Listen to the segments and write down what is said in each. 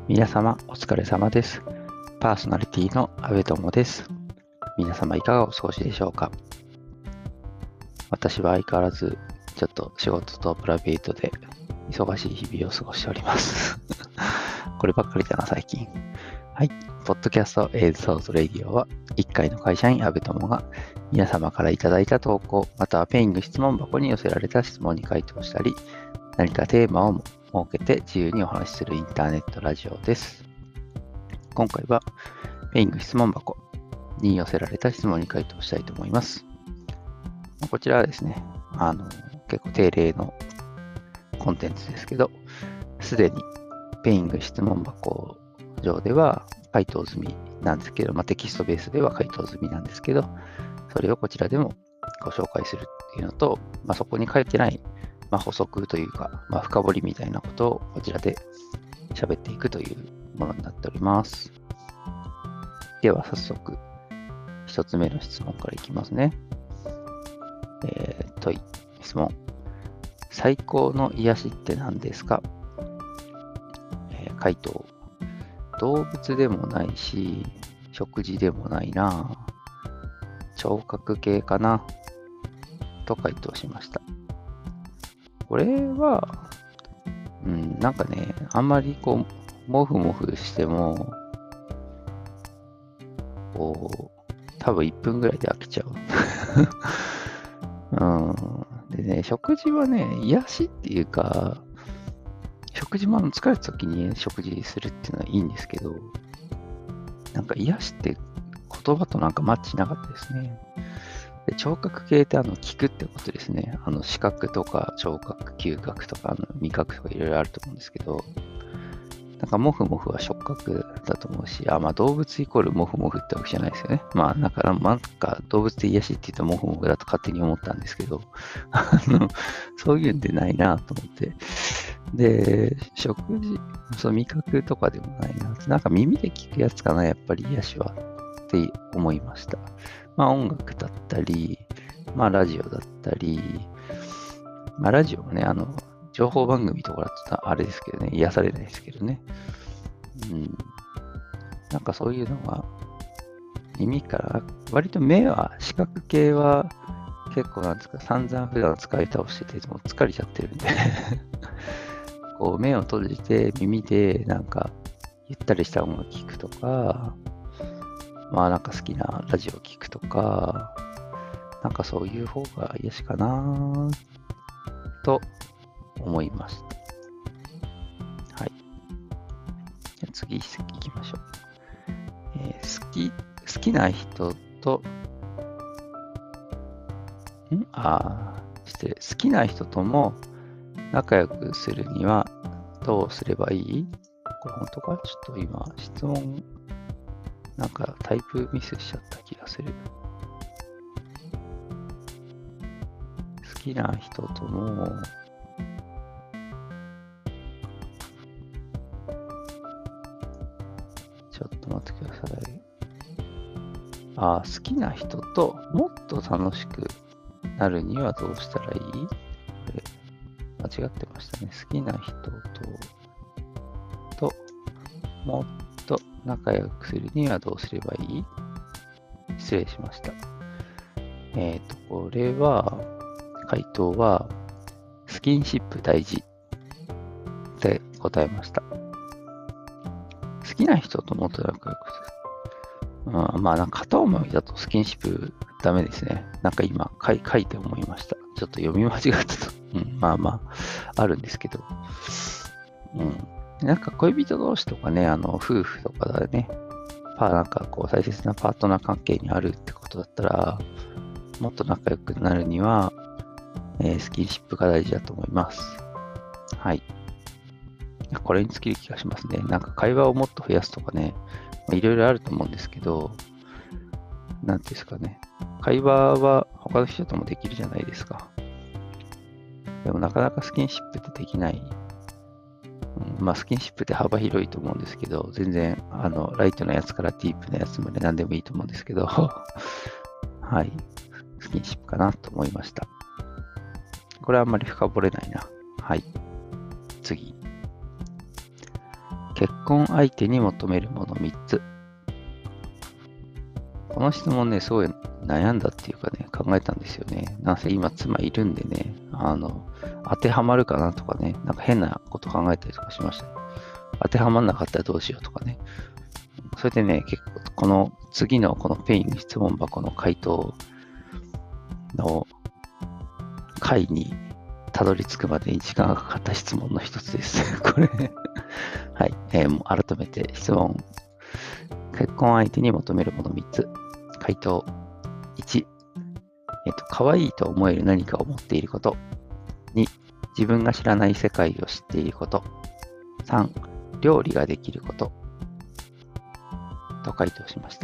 皆様お疲れ様です。パーソナリティの阿部友です。皆様いかがお過ごしでしょうか。私は相変わらずちょっと仕事とプライベートで忙しい日々を過ごしております。こればっかりだな最近。はい。ポッドキャストエイズソースレディオは1階の会社員阿部友が皆様からいただいた投稿またはペイング質問箱に寄せられた質問に回答したり何かテーマを設けて自由にお話しするインターネットラジオです。今回はペイング質問箱に寄せられた質問に回答したいと思います。こちらはですね、結構定例のコンテンツですけど、すでにペイング質問箱上では回答済みなんですけど、テキストベースでは回答済みなんですけど、それをこちらでもご紹介するっていうのと、そこに書いてない、補足というか、深掘りみたいなことをこちらで喋っていくというものになっております。では早速、一つ目の質問からいきますね。問い、質問。最高の癒しって何ですか？回答。動物でもないし、食事でもないな。聴覚系かなと回答しました。これは、なんかね、あんまりモフモフしても、多分1分ぐらいで飽きちゃう。でね、食事はね、癒しっていうか、食事も疲れた時に食事するっていうのはいいんですけど、なんか癒しって言葉となんかマッチしなかったですね。で聴覚系って聞くってことですね。視覚とか聴覚、嗅覚とか味覚とかいろいろあると思うんですけど、なんかモフモフは触覚だと思うし、動物イコールモフモフってわけじゃないですよね。なんか動物で癒しって言ったらモフモフだと勝手に思ったんですけど、そういうんでないなと思って。で、食事、味覚とかでもないな。なんか耳で聞くやつかな、やっぱり癒しはって思いました。音楽だったり、ラジオだったり、ラジオもね、情報番組とかだとあれですけどね、癒されないですけどね。なんかそういうのが耳から、割と目は、視覚系は結構なんですか、散々普段使い倒してて、もう疲れちゃってるんで目を閉じて耳でなんかゆったりした音楽聴くとか、なんか好きなラジオ聴くとか、なんかそういう方が癒しかなと思いました。はい。じゃあ次行きましょう。好きな人と、失礼。好きな人とも仲良くするにはどうすればいい？これ本当か？ちょっと今、質問、なんかタイプミスしちゃった気がする。好きな人とも、ちょっと待ってください。好きな人ともっと楽しくなるにはどうしたらいい？これ、間違ってましたね。好きな人ともっと仲良くするにはどうすればいい？失礼しました。これは、回答は、スキンシップ大事って答えました。好きな人ともっと仲良くする。なんか片思いだとスキンシップダメですね。なんか今書いて思いました。ちょっと読み間違ったと。あるんですけど。なんか恋人同士とかね、夫婦とかだね、なんか大切なパートナー関係にあるってことだったら、もっと仲良くなるには、スキンシップが大事だと思います。はい。これに尽きる気がしますね。なんか会話をもっと増やすとかね、いろいろあると思うんですけど、なんていうんですかね。会話は他の人ともできるじゃないですか。でもなかなかスキンシップってできない。スキンシップって幅広いと思うんですけど、全然、ライトなやつからディープなやつまで何でもいいと思うんですけど、はい。スキンシップかなと思いました。これはあんまり深掘れないな。はい。次。 結婚相手に求めるもの3つ。この質問ね、すごい悩んだっていうかね、考えたんですよね。なんせ今妻いるんでね、当てはまるかなとかね、なんか変なこと考えたりとかしましたね。当てはまんなかったらどうしようとかね。それでね、結構この次のこのペイン質問箱の回答の回にたどり着くまでに時間がかかった質問の一つです。これはい、もう改めて質問。結婚相手に求めるもの3つ。回答1、可愛いと思える何かを持っていること。2、自分が知らない世界を知っていること。3、料理ができること。と回答しました。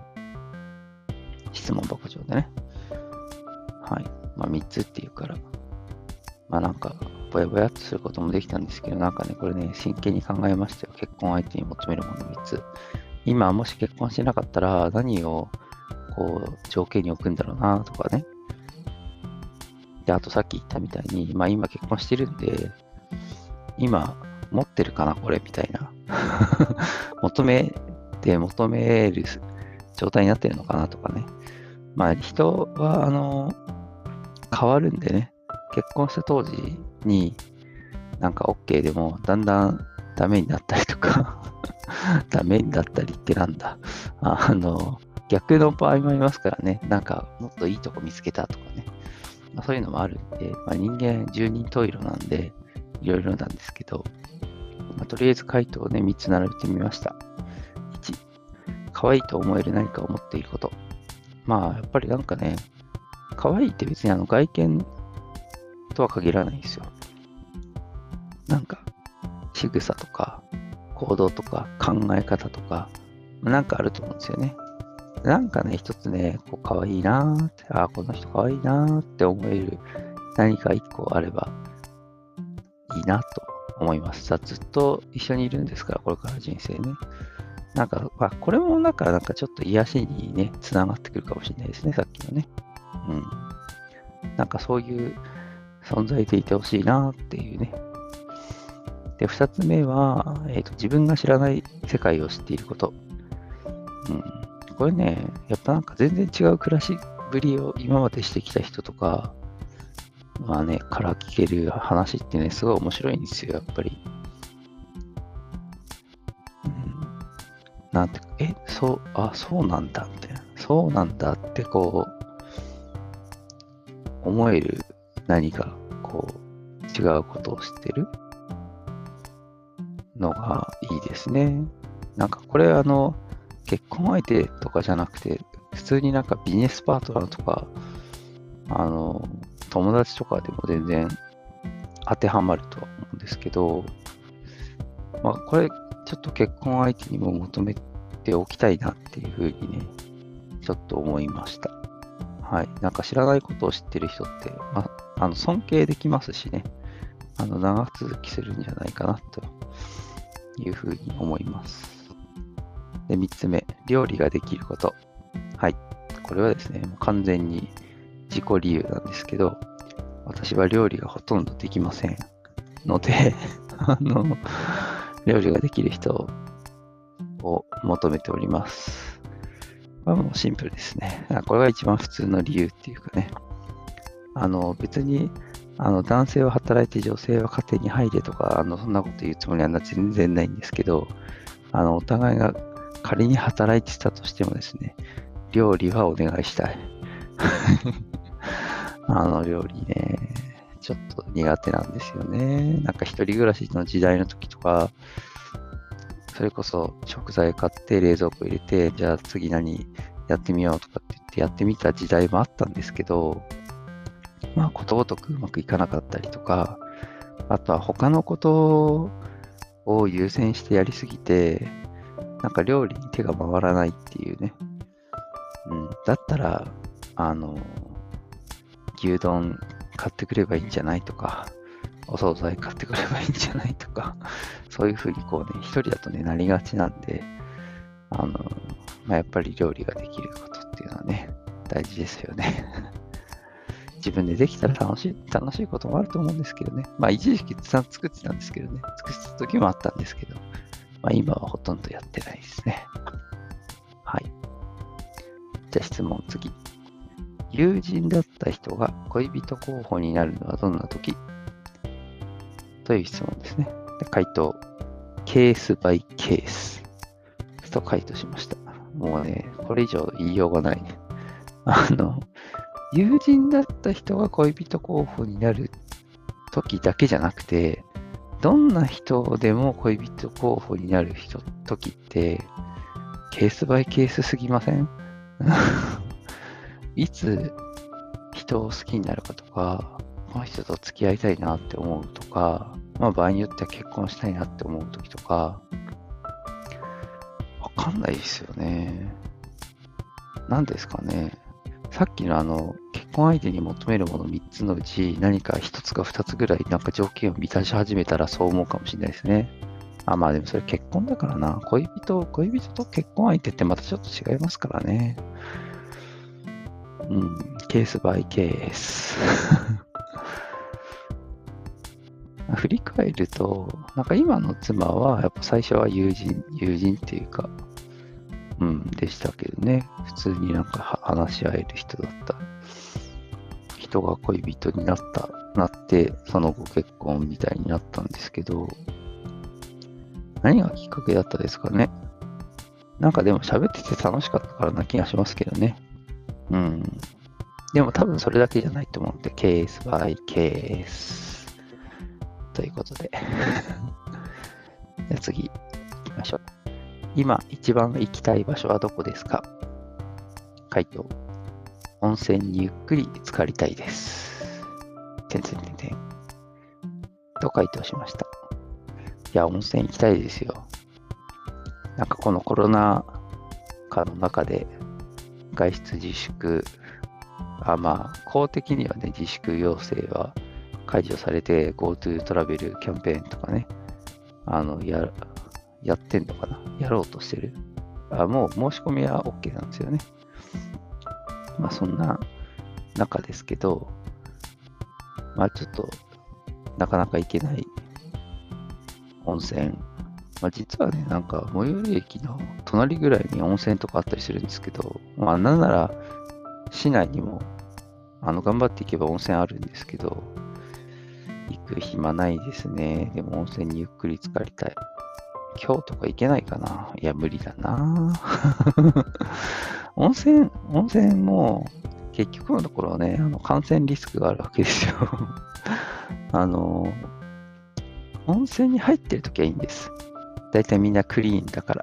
質問箱上でね。はい。まあ3つっていうから、まあなんか、ぼやぼやっとすることもできたんですけど、なんかね、これね、真剣に考えましたよ。結婚相手に求めるもの3つ。今、もし結婚してなかったら、何を、こう、条件に置くんだろうな、とかね。で、あとさっき言ったみたいに、まあ今結婚してるんで、今、持ってるかな、これ、みたいな。求める状態になってるのかな、とかね。まあ人は、変わるんでね。結婚した当時になんか OK でもだんだんダメになったりとかダメになったりってなんだ逆の場合もありますからね。なんかもっといいとこ見つけたとかね。まあ、そういうのもあるんで、まあ、人間十人十色なんでいろいろなんですけど、まあ、とりあえず回答をね3つ並べてみました。1、可愛いと思える何かを持っていること。まあやっぱりなんかね、可愛いって別に外見とは限らないんですよ。なんか、仕草とか、行動とか、考え方とか、なんかあると思うんですよね。なんかね、一つね、こう可愛いなーって、この人可愛いなーって思える何か一個あればいいなと思います。ずっと一緒にいるんですから、これから人生ね。なんか、まあ、これもなんかちょっと癒しにね、つながってくるかもしれないですね、さっきのね。うん。なんかそういう存在でいてほしいなっていうね。で、二つ目は、自分が知らない世界を知っていること。うん。これね、やっぱなんか全然違う暮らしぶりを今までしてきた人とか、まあね、から聞ける話ってね、すごい面白いんですよ、やっぱり。うん、なんて、そうなんだ、みたいな。そうなんだってこう、思える何か、こう、違うことを知ってるのがいいですね。なんかこれ結婚相手とかじゃなくて、普通になんかビジネスパートナーとか、友達とかでも全然当てはまるとは思うんですけど、まあこれちょっと結婚相手にも求めておきたいなっていうふうにね、ちょっと思いました。はい。なんか知らないことを知ってる人って、まあ、尊敬できますしね、長続きするんじゃないかなというふうに思います。で、3つ目、料理ができること。はい。これはですね、もう完全に自己理由なんですけど、私は料理がほとんどできませんので料理ができる人を求めております。まあ、もうシンプルですね。これが一番普通の理由っていうかね。別に、男性は働いて女性は家庭に入れとか、そんなこと言うつもりは全然ないんですけど、お互いが仮に働いてたとしてもですね、料理はお願いしたい。料理ね、ちょっと苦手なんですよね。なんか一人暮らしの時代の時とか、それこそ食材買って冷蔵庫入れて、じゃあ次何やってみようとかって言ってやってみた時代もあったんですけど、まあことごとくうまくいかなかったりとか、あとは他のことを優先してやりすぎて、なんか料理に手が回らないっていうね。うん。だったら、牛丼買ってくればいいんじゃないとか、お惣菜買ってくればいいんじゃないとか、そういうふうにこうね、一人だとね、なりがちなんで、まあ、やっぱり料理ができることっていうのはね、大事ですよね。自分でできたら楽しいこともあると思うんですけどね。まあ一時期作ってたんですけどね。作ってた時もあったんですけど、 まあ、今はほとんどやってないですね。はい。じゃあ質問次。友人だった人が恋人候補になるのはどんな時という質問ですね。で回答、ケースバイケースと回答しました。もうね、これ以上言いようがないね。友人だった人が恋人候補になる時だけじゃなくて、どんな人でも恋人候補になる時って、ケースバイケースすぎませんいつ人を好きになるかとか、この人と付き合いたいなって思うとか、まあ場合によっては結婚したいなって思う時とか、わかんないですよね。何ですかね。さっきの結婚相手に求めるもの3つのうち何か1つか2つぐらいなんか条件を満たし始めたらそう思うかもしれないですね。まあでもそれ結婚だからな。恋人と結婚相手ってまたちょっと違いますからね。ケースバイケース。振り返ると、なんか今の妻はやっぱ最初は友人っていうか、でしたけどね。普通になんか話し合える人だった。人が恋人になって、その後結婚みたいになったんですけど、何がきっかけだったですかね。なんかでも喋ってて楽しかったからな気がしますけどね。でも多分それだけじゃないと思うんで、ケースバイケース。ということで。じゃあ次行きましょう。今一番行きたい場所はどこですか？回答。温泉にゆっくり浸かりたいです。と回答しました。いや、温泉行きたいですよ。なんかこのコロナ禍の中で外出自粛、まあ公的にはね、自粛要請は解除されて GoTo トラベルキャンペーンとかね、やってんのかな？やろうとしてる。もう申し込みは OK なんですよね。まあそんな中ですけど、まあちょっとなかなか行けない温泉。まあ実はね、なんか最寄り駅の隣ぐらいに温泉とかあったりするんですけど、まあなんなら市内にも頑張っていけば温泉あるんですけど、行く暇ないですね。でも温泉にゆっくり浸かりたい。今日とか行けないかな？いや、無理だな温泉も結局のところね、感染リスクがあるわけですよ温泉に入ってるときはいいんです。だいたいみんなクリーンだから、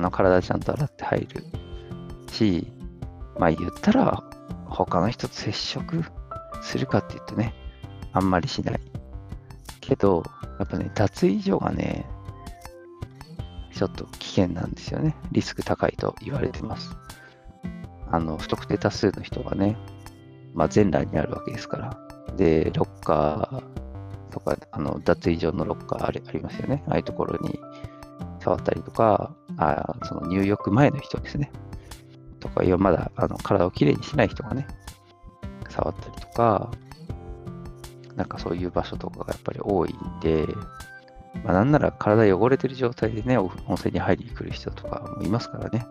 体ちゃんと洗って入るし、まあ言ったら、他の人と接触するかって言うとね、あんまりしない。けど、やっぱね、脱衣所がね、ちょっと危険なんですよね。リスク高いと言われてます。不特定多数の人がね、まあ、全裸にあるわけですから。で、ロッカーとか、脱衣所のロッカーありますよね。ああいうところに触ったりとか、その入浴前の人ですね。とか、まだ体をきれいにしない人がね、触ったりとか、なんかそういう場所とかがやっぱり多いんで、まあ、なんなら体汚れてる状態でね、温泉に入りに来る人とかもいますからね。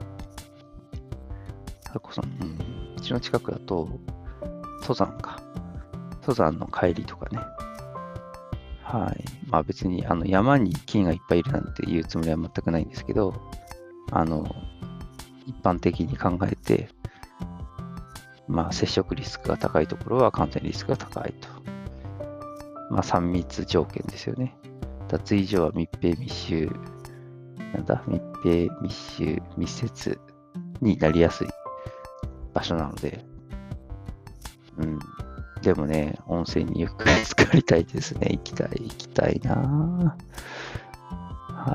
それこそ、うちの近くだと、登山の帰りとかね。はい。まあ別に山に菌がいっぱいいるなんていうつもりは全くないんですけど、一般的に考えて、まあ接触リスクが高いところは感染リスクが高いと。まあ3密条件ですよね。脱衣所は密閉密集、密接になりやすい場所なので、でもね、温泉にゆっくり浸かりたいですね。行きたいなはい。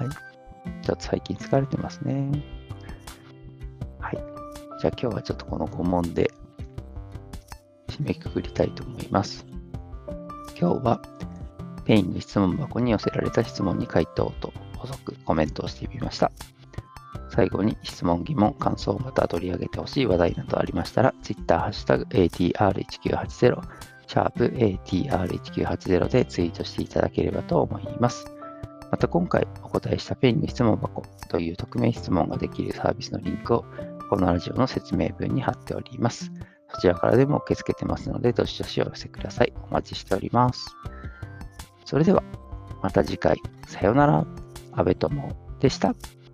ちょっと最近疲れてますね。はい。じゃあ今日はちょっとこの5問で締めくくりたいと思います。今日はペインの質問箱に寄せられた質問に回答と補足、コメントをしてみました。最後に質問、疑問、感想、また取り上げてほしい話題などありましたら、Twitter、ハッシュタグ #ATR1980、#ATR1980 でツイートしていただければと思います。 また今回お答えしたペンに質問箱という匿名質問ができるサービスのリンクをこのラジオの説明文に貼っております。そちらからでも受け付けてますので、どしどしお寄せください。お待ちしております。それでは、また次回、さようなら。安部友でした。